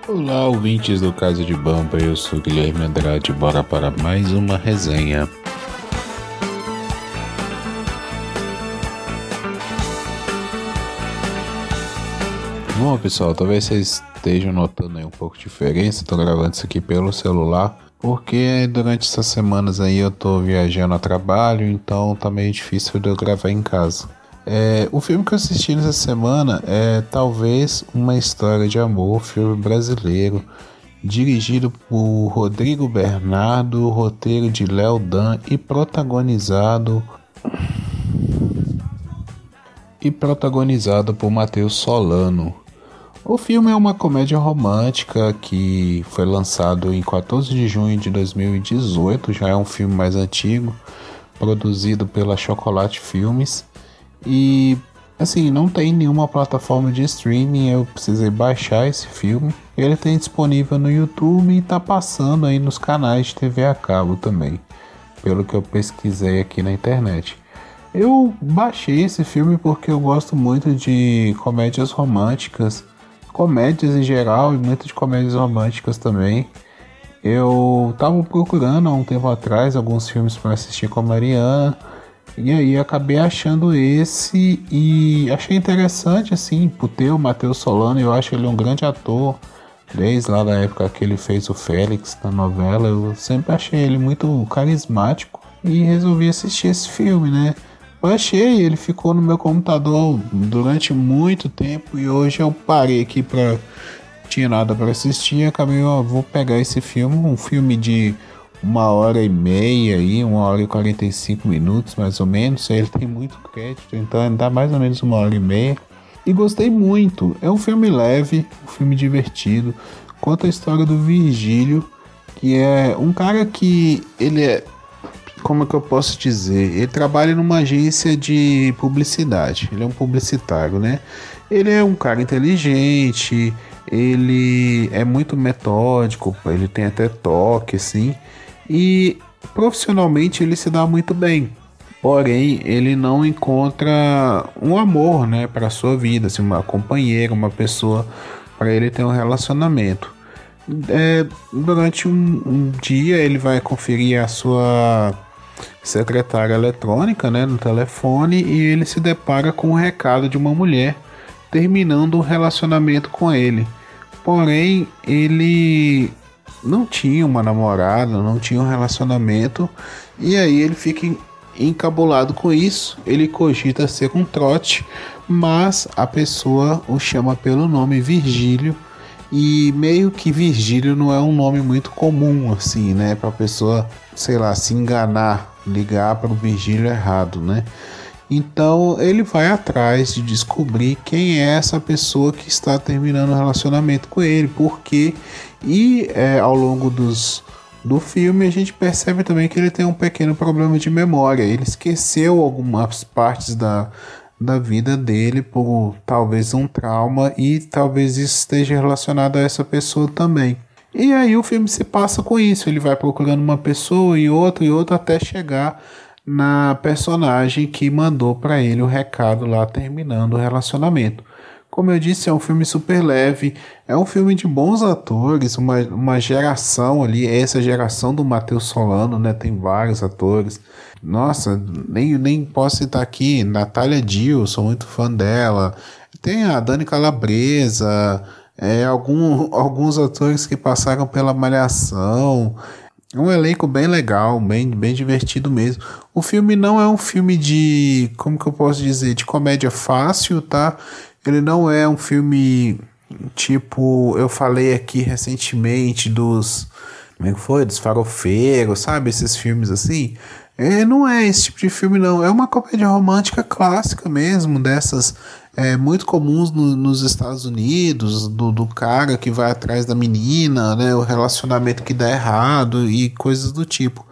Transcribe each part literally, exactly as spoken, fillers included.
Olá, ouvintes do Casa de Bamba, eu sou Guilherme Andrade, bora para mais uma resenha. Bom, pessoal, talvez vocês estejam notando aí um pouco de diferença, estou gravando isso aqui pelo celular, porque durante essas semanas aí eu tô viajando a trabalho, então tá meio difícil de eu gravar em casa. É, o filme que eu assisti nessa semana é Talvez Uma História de Amor, filme brasileiro, dirigido por Rodrigo Bernardo, roteiro de Léo Dan e protagonizado e protagonizado por Matheus Solano. O filme é uma comédia romântica que foi lançado em quatorze de junho de dois mil e dezoito, já é um filme mais antigo, produzido pela Chocolate Filmes. E assim, não tem nenhuma plataforma de streaming, eu precisei baixar esse filme. Ele tem disponível no YouTube e tá passando aí nos canais de T V a cabo também, pelo que eu pesquisei aqui na internet. Eu baixei esse filme porque eu gosto muito de comédias românticas, comédias em geral e muito de comédias românticas também. Eu tava procurando há um tempo atrás alguns filmes para assistir com a Mariana. E aí acabei achando esse e achei interessante, assim, por ter o Matheus Solano. Eu acho ele um grande ator, desde lá da época que ele fez o Félix na novela. Eu sempre achei ele muito carismático e resolvi assistir esse filme, né? Baixei, ele ficou no meu computador durante muito tempo e hoje eu parei aqui pra... tinha nada para assistir e acabei, ó, vou pegar esse filme, um filme de uma hora e meia aí, uma hora e quarenta e cinco minutos mais ou menos. Ele tem muito crédito, então ele dá mais ou menos uma hora e meia. E gostei muito. É um filme leve, um filme divertido. Conta a história do Virgílio, que é um cara que ele é, como é que eu posso dizer? Ele trabalha numa agência de publicidade. Ele é um publicitário, né? Ele é um cara inteligente, ele é muito metódico, ele tem até toque, assim. E profissionalmente ele se dá muito bem, porém ele não encontra um amor, né, para sua vida, assim, uma companheira, uma pessoa para ele ter um relacionamento. É, durante um, um dia ele vai conferir a sua secretária eletrônica, né, no telefone, e ele se depara com um recado de uma mulher terminando um relacionamento com ele. Porém ele não tinha uma namorada, não tinha um relacionamento, e aí ele fica encabulado com isso. Ele cogita ser um trote, mas a pessoa o chama pelo nome Virgílio, e meio que Virgílio não é um nome muito comum assim, né, para a pessoa, sei lá, se enganar, ligar para o Virgílio errado, né? Então ele vai atrás de descobrir quem é essa pessoa que está terminando o relacionamento com ele, porque e é, ao longo dos, do filme a gente percebe também que ele tem um pequeno problema de memória. Ele esqueceu algumas partes da, da vida dele por talvez um trauma, e talvez isso esteja relacionado a essa pessoa também. E aí o filme se passa com isso, ele vai procurando uma pessoa e outra e outra até chegar na personagem que mandou para ele o recado lá terminando o relacionamento. Como eu disse, é um filme super leve, é um filme de bons atores, uma, uma geração ali, essa geração do Matheus Solano, né? Tem vários atores. Nossa, nem, nem posso citar aqui, Natália Dill, sou muito fã dela. Tem a Dani Calabresa, é, algum, alguns atores que passaram pela Malhação. Um elenco bem legal, bem, bem divertido mesmo. O filme não é um filme de, como que eu posso dizer, de comédia fácil, tá? Ele não é um filme tipo, eu falei aqui recentemente dos, como é que foi? Dos farofeiros, sabe? Esses filmes assim. É, não é esse tipo de filme, não. É uma comédia romântica clássica mesmo, dessas é, muito comuns no, nos Estados Unidos, do, do cara que vai atrás da menina, né? O relacionamento que dá errado e coisas do tipo.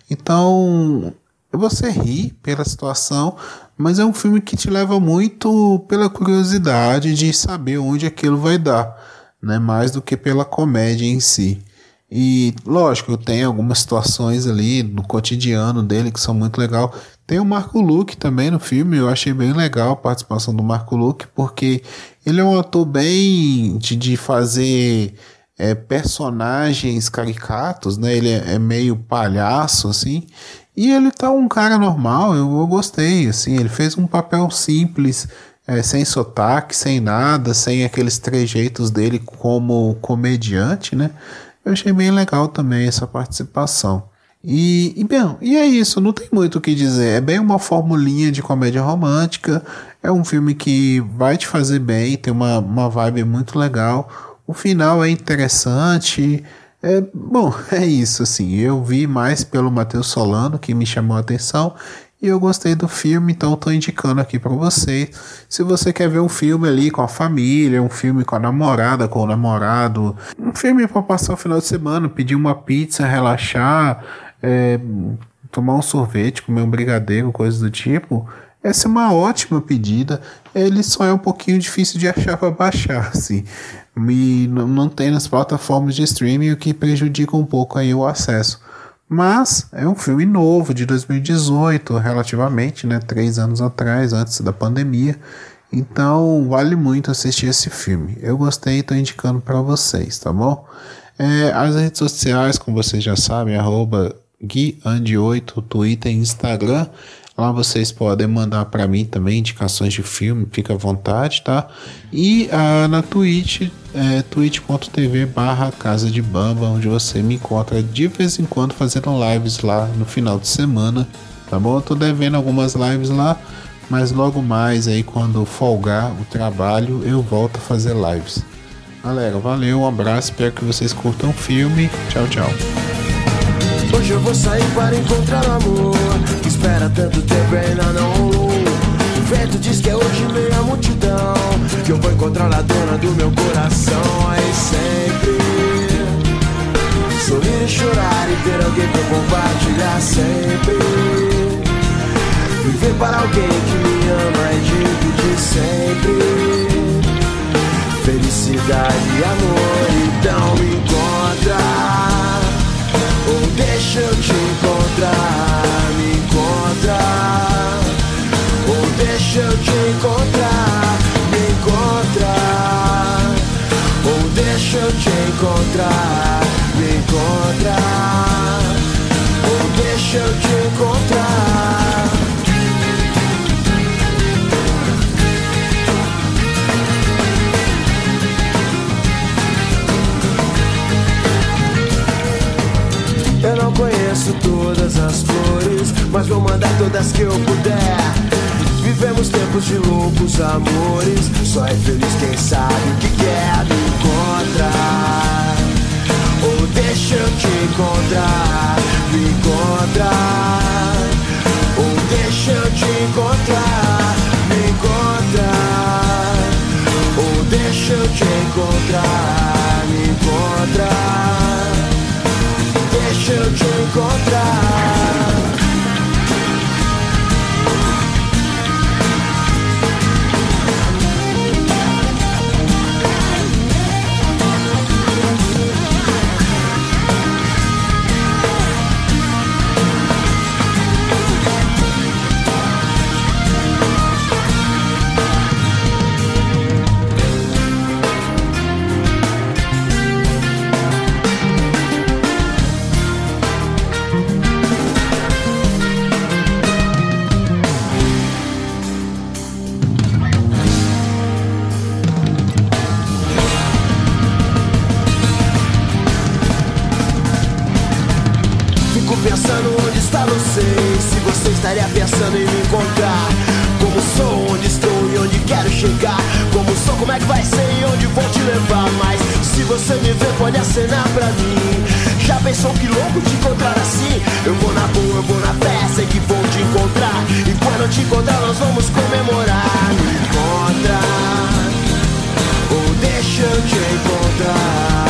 Então, você ri pela situação, mas é um filme que te leva muito pela curiosidade de saber onde aquilo vai dar, né? Mais do que pela comédia em si. E lógico, tem algumas situações ali no cotidiano dele que são muito legal. Tem o Marco Luque também no filme, eu achei bem legal a participação do Marco Luque, porque ele é um ator bem de, de fazer é, personagens caricatos, né? Ele é, é meio palhaço, assim. E ele tá um cara normal, eu, eu gostei, assim. Ele fez um papel simples, é, sem sotaque, sem nada, sem aqueles trejeitos dele como comediante, né? Eu achei bem legal também essa participação. E, e bem, e é isso, não tem muito o que dizer. É bem uma formulinha de comédia romântica. É um filme que vai te fazer bem, tem uma, uma vibe muito legal. O final é interessante. É, bom, é isso, assim. Eu vi mais pelo Matheus Solano, que me chamou a atenção. E eu gostei do filme, então estou indicando aqui para você. Se você quer ver um filme ali com a família, um filme com a namorada, com o namorado, um filme para passar o final de semana, pedir uma pizza, relaxar, é, tomar um sorvete, comer um brigadeiro, coisa do tipo, essa é uma ótima pedida. Ele só é um pouquinho difícil de achar para baixar, assim. E não tem nas plataformas de streaming, o que prejudica um pouco aí o acesso. Mas é um filme novo, de dois mil e dezoito, relativamente, né? Três anos atrás, antes da pandemia. Então, vale muito assistir esse filme. Eu gostei e estou indicando para vocês, tá bom? É, as redes sociais, como vocês já sabem, arroba gui ande oito, Twitter e Instagram. Lá vocês podem mandar para mim também indicações de filme, fica à vontade, tá? E ah, na Twitch, é, twitch.tv barra Casa de Bamba, onde você me encontra de vez em quando fazendo lives lá no final de semana, tá bom? Eu tô devendo algumas lives lá, mas logo mais aí quando folgar o trabalho eu volto a fazer lives. Galera, valeu, um abraço, espero que vocês curtam o filme. Tchau, tchau. Hoje eu vou sair para encontrar o amor que espera tanto tempo e ainda não rolou. O vento diz que é hoje meia multidão, que eu vou encontrar a dona do meu coração. Aí sempre sorrir e chorar e ter alguém pra compartilhar sempre. Viver para alguém que me ama e dividir sempre felicidade e amor. Então me encontra, ou deixa eu te encontrar, me encontra, ou deixa eu te encontrar, me encontra, ou deixa eu te encontrar, me encontra, ou deixa eu te encontrar. Eu não conheço todas as flores, mas vou mandar todas que eu puder. Vivemos tempos de loucos amores, só é feliz quem sabe o que quer. Me encontrar, ou deixa eu te encontrar, me encontrar, ou deixa eu te encontrar, me encontrar, ou deixa eu te encontrar, me encontrar, deixa eu te encontrar. Pensando onde está você, se você estaria pensando em me encontrar. Como sou, onde estou e onde quero chegar. Como sou, como é que vai ser e onde vou te levar. Mas se você me ver, pode acenar pra mim. Já pensou que louco te encontrar assim? Eu vou na boa, eu vou na fé, sei que vou te encontrar. E quando eu te encontrar, nós vamos comemorar. Me encontra, ou deixa eu te encontrar.